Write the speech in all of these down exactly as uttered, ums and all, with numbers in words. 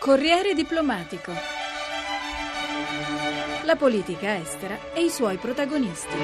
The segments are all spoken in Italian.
Corriere diplomatico. La politica estera e i suoi protagonisti.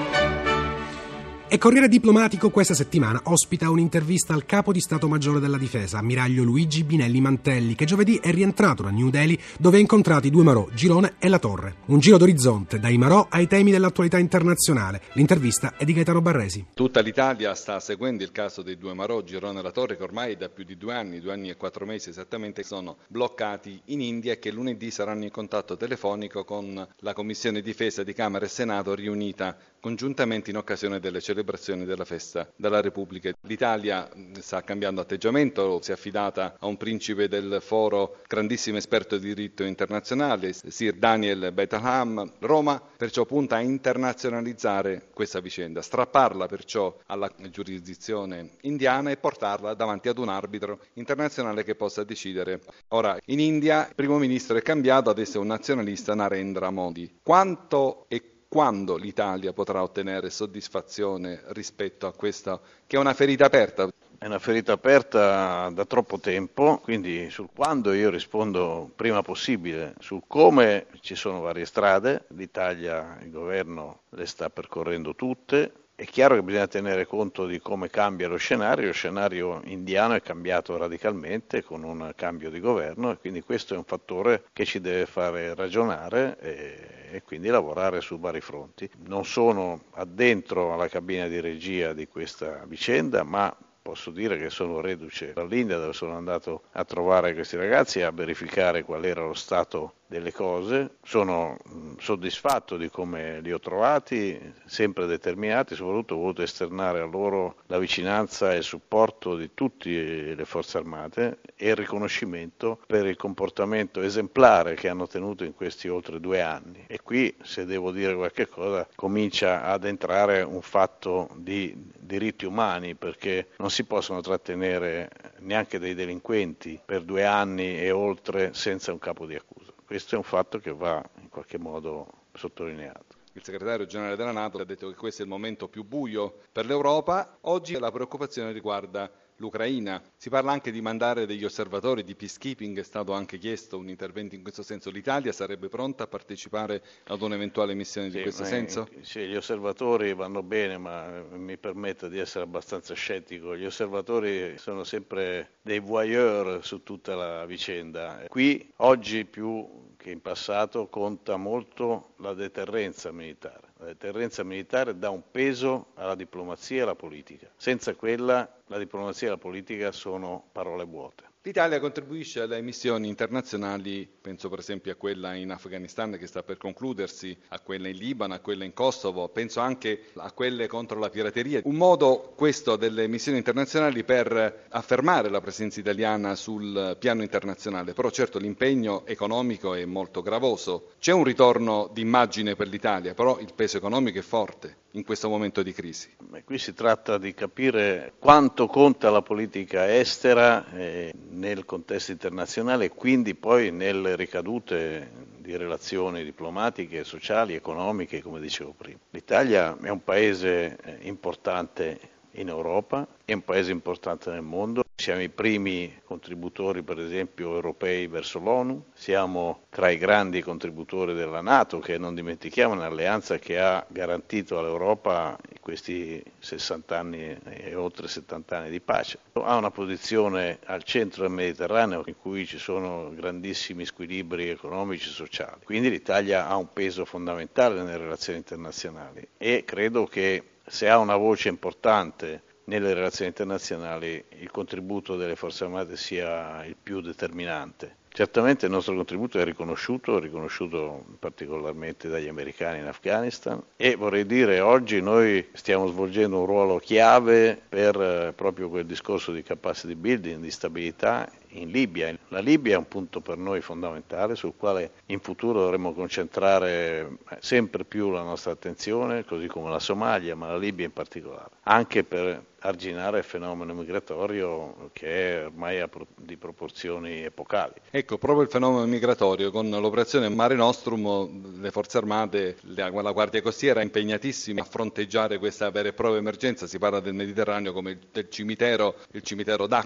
E Corriere Diplomatico questa settimana ospita un'intervista al capo di Stato Maggiore della Difesa, ammiraglio Luigi Binelli Mantelli, che giovedì è rientrato da New Delhi, dove ha incontrato i due Marò, Girone e La Torre. Un giro d'orizzonte dai Marò ai temi dell'attualità internazionale. L'intervista è di Gaetano Barresi. Tutta l'Italia sta seguendo il caso dei due Marò, Girone e La Torre, che ormai da più di due anni, due anni e quattro mesi esattamente, sono bloccati in India e che lunedì saranno in contatto telefonico con la Commissione Difesa di Camera e Senato riunita congiuntamente in occasione delle celebrazioni della festa della Repubblica. L'Italia sta cambiando atteggiamento, si è affidata a un principe del foro, grandissimo esperto di diritto internazionale, Sir Daniel Bethlehem. Roma perciò punta a internazionalizzare questa vicenda, strapparla perciò alla giurisdizione indiana e portarla davanti ad un arbitro internazionale che possa decidere. Ora, in India il primo ministro è cambiato, adesso è un nazionalista, Narendra Modi. Quanto e quando l'Italia potrà ottenere soddisfazione rispetto a questa, che è una ferita aperta? È una ferita aperta da troppo tempo, quindi sul quando io rispondo prima possibile. Sul come ci sono varie strade, l'Italia, il governo le sta percorrendo tutte. È chiaro che bisogna tenere conto di come cambia lo scenario, lo scenario indiano è cambiato radicalmente con un cambio di governo e quindi questo è un fattore che ci deve fare ragionare e, e quindi lavorare su vari fronti. Non sono addentro alla cabina di regia di questa vicenda, ma posso dire che sono reduce dall'India, dove sono andato a trovare questi ragazzi e a verificare qual era lo stato delle cose. Sono soddisfatto di come li ho trovati, sempre determinati, soprattutto ho voluto esternare a loro la vicinanza e il supporto di tutte le forze armate e il riconoscimento per il comportamento esemplare che hanno tenuto in questi oltre due anni. E qui, se devo dire qualche cosa, comincia ad entrare un fatto di diritti umani, perché non si possono trattenere neanche dei delinquenti per due anni e oltre senza un capo di accusa. Questo è un fatto che va in qualche modo sottolineato. Il segretario generale della NATO ha detto che questo è il momento più buio per l'Europa. Oggi la preoccupazione riguarda l'Ucraina. Si parla anche di mandare degli osservatori di peacekeeping, è stato anche chiesto un intervento in questo senso. L'Italia sarebbe pronta a partecipare ad un'eventuale missione di sì, questo senso? Sì, gli osservatori vanno bene, ma mi permetto di essere abbastanza scettico. Gli osservatori sono sempre dei voyeur su tutta la vicenda. Qui oggi più che in passato conta molto la deterrenza militare. La deterrenza militare dà un peso alla diplomazia e alla politica. Senza quella la diplomazia e la politica sono parole vuote. L'Italia contribuisce alle missioni internazionali, penso per esempio a quella in Afghanistan che sta per concludersi, a quella in Libano, a quella in Kosovo, penso anche a quelle contro la pirateria. Un modo questo delle missioni internazionali per affermare la presenza italiana sul piano internazionale, però certo l'impegno economico è molto gravoso. C'è un ritorno d'immagine per l'Italia, però il peso economico è forte in questo momento di crisi. Beh, qui si tratta di capire quanto conta la politica estera eh, nel contesto internazionale e quindi poi nelle ricadute di relazioni diplomatiche, sociali, economiche, come dicevo prima. L'Italia è un paese importante in Europa, è un paese importante nel mondo. Siamo i primi contributori, per esempio, europei verso l'ONU, siamo tra i grandi contributori della NATO, che non dimentichiamo è un'alleanza che ha garantito all'Europa questi sessanta anni e oltre settanta anni di pace. Ha una posizione al centro del Mediterraneo in cui ci sono grandissimi squilibri economici e sociali. Quindi l'Italia ha un peso fondamentale nelle relazioni internazionali e credo che se ha una voce importante nelle relazioni internazionali il contributo delle forze armate sia il più determinante. Certamente il nostro contributo è riconosciuto, riconosciuto particolarmente dagli americani in Afghanistan e vorrei dire oggi noi stiamo svolgendo un ruolo chiave per proprio quel discorso di capacity building, di stabilità in Libia. La Libia è un punto per noi fondamentale sul quale in futuro dovremo concentrare sempre più la nostra attenzione, così come la Somalia, ma la Libia in particolare, anche per arginare il fenomeno migratorio che è ormai di proporzioni epocali. Ecco, proprio il fenomeno migratorio, con l'operazione Mare Nostrum, le forze armate, la Guardia Costiera è impegnatissima a fronteggiare questa vera e propria emergenza. Si parla del Mediterraneo come del cimitero, il cimitero d'acqua.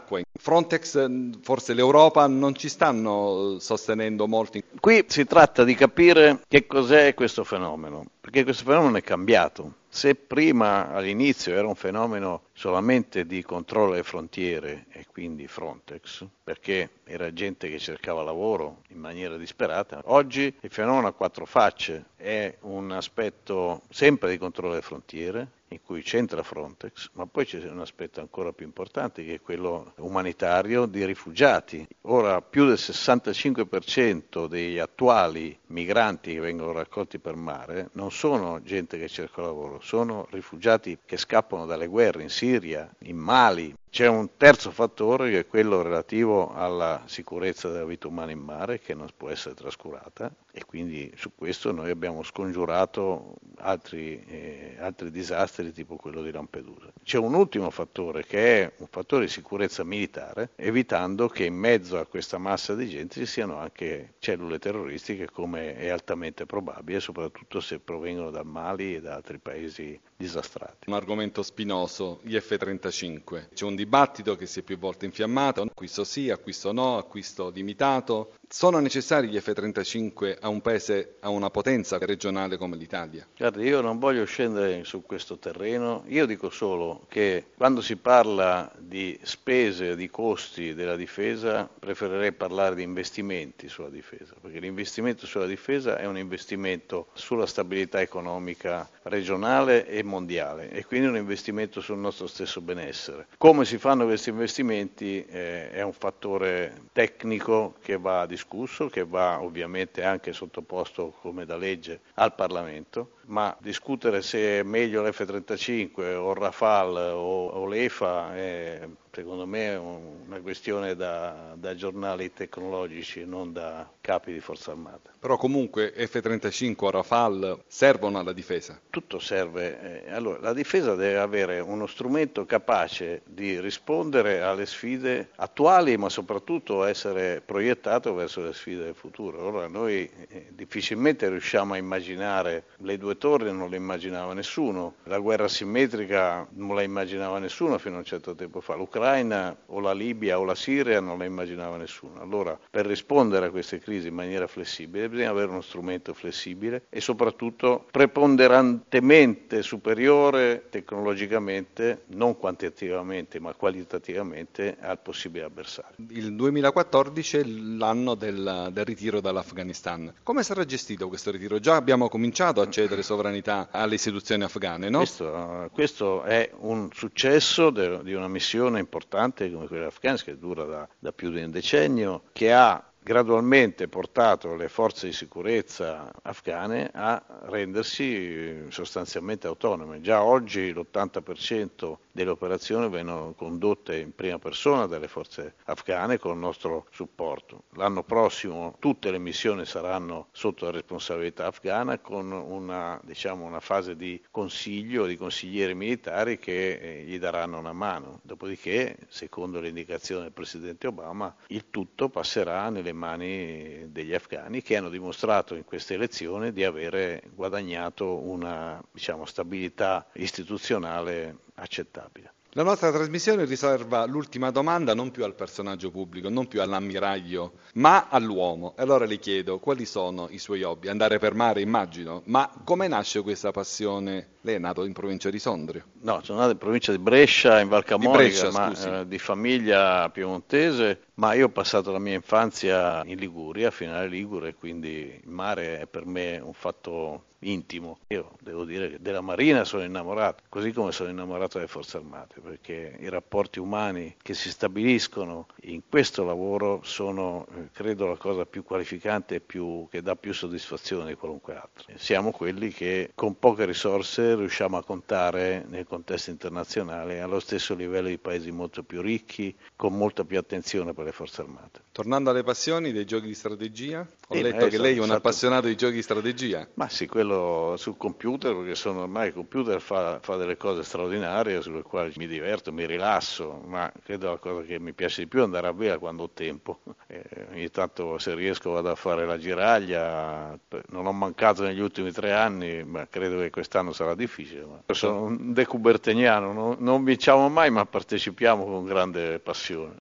Frontex, forse l'Europa non ci stanno sostenendo molto. Qui si tratta di capire che cos'è questo fenomeno, perché questo fenomeno è cambiato. Se prima all'inizio era un fenomeno solamente di controllo alle frontiere e quindi Frontex, perché era gente che cercava lavoro in maniera disperata, oggi il fenomeno ha quattro facce, è un aspetto sempre di controllo alle frontiere, in cui c'entra Frontex, ma poi c'è un aspetto ancora più importante che è quello umanitario di rifugiati. Ora più del sessantacinque per cento degli attuali migranti che vengono raccolti per mare non sono gente che cerca lavoro, sono rifugiati che scappano dalle guerre in Siria, in Mali. C'è un terzo fattore che è quello relativo alla sicurezza della vita umana in mare che non può essere trascurata e quindi su questo noi abbiamo scongiurato altri, eh, altri disastri tipo quello di Lampedusa. C'è un ultimo fattore che è un fattore di sicurezza militare, evitando che in mezzo a questa massa di gente ci siano anche cellule terroristiche come è altamente probabile, soprattutto se provengono da Mali e da altri paesi disastrati. Un argomento spinoso, gli F trentacinque. C'è un dibattito che si è più volte infiammato, acquisto sì, acquisto no, acquisto limitato. Sono necessari gli F trentacinque a un paese, a una potenza regionale come l'Italia? Guardi, io non voglio scendere su questo terreno, io dico solo che quando si parla di spese, di costi della difesa, preferirei parlare di investimenti sulla difesa, perché l'investimento sulla difesa è un investimento sulla stabilità economica regionale e mondiale e quindi un investimento sul nostro stesso benessere. Come si fanno questi investimenti eh, è un fattore tecnico che va discusso, che va ovviamente anche sottoposto come da legge al Parlamento, ma discutere se è meglio l'F trentacinque o il Rafale o, o l'E F A è secondo me è una questione da, da giornali tecnologici, non da capi di forza armata. Però comunque F trentacinque o Rafale servono alla difesa? Tutto serve. Eh, allora, la difesa deve avere uno strumento capace di rispondere alle sfide attuali, ma soprattutto essere proiettato verso le sfide del futuro. Allora noi eh, difficilmente riusciamo a immaginare le due torri, non le immaginava nessuno, la guerra simmetrica non la immaginava nessuno fino a un certo tempo fa, l'Ucraina o la Libia o la Siria non la immaginava nessuno. Allora, per rispondere a queste crisi in maniera flessibile bisogna avere uno strumento flessibile e soprattutto preponderantemente superiore tecnologicamente, non quantitativamente ma qualitativamente al possibile avversario. Il duemilaquattordici è l'anno del, del ritiro dall'Afghanistan. Come sarà gestito questo ritiro? Già abbiamo cominciato a cedere sovranità alle istituzioni afghane, no? Questo, questo è un successo de, di una missione importante come quella afghana che dura da, da più di un decennio, che ha gradualmente portato le forze di sicurezza afghane a rendersi sostanzialmente autonome. Già oggi l'ottanta per cento delle operazioni vengono condotte in prima persona dalle forze afghane con il nostro supporto. L'anno prossimo tutte le missioni saranno sotto la responsabilità afghana con una, diciamo, una fase di consiglio, di consiglieri militari che eh, gli daranno una mano. Dopodiché, secondo le indicazioni del Presidente Obama, il tutto passerà nelle mani degli afghani che hanno dimostrato in queste elezioni di avere guadagnato una, diciamo, stabilità istituzionale accettabile. La nostra trasmissione riserva l'ultima domanda non più al personaggio pubblico, non più all'ammiraglio, ma all'uomo. E allora le chiedo quali sono i suoi hobby? Andare per mare, immagino, ma come nasce questa passione? Lei è nato in provincia di Sondrio. No, sono nato in provincia di Brescia, in Val Camonica, di, Brescia, ma eh, di famiglia piemontese, ma io ho passato la mia infanzia in Liguria, a Finale Ligure, quindi il mare è per me un fatto intimo. Io devo dire che della Marina sono innamorato, così come sono innamorato delle Forze Armate, perché i rapporti umani che si stabiliscono in questo lavoro sono, eh, credo, la cosa più qualificante e più, che dà più soddisfazione di qualunque altro. Siamo quelli che con poche risorse riusciamo a contare nel contesto internazionale allo stesso livello di paesi molto più ricchi, con molta più attenzione per le Forze Armate. Tornando alle passioni dei giochi di strategia, ho eh, letto che lei è un stato... appassionato di giochi di strategia. Ma sì, quello sul computer, perché sono ormai il computer fa, fa delle cose straordinarie sulle quali mi diverto, mi rilasso, ma credo la cosa che mi piace di più è andare a vela quando ho tempo. Eh, ogni tanto se riesco vado a fare la giraglia, non ho mancato negli ultimi tre anni, ma credo che quest'anno sarà difficile. Ma sono un decuberteniano, non, non vinciamo mai ma partecipiamo con grande passione.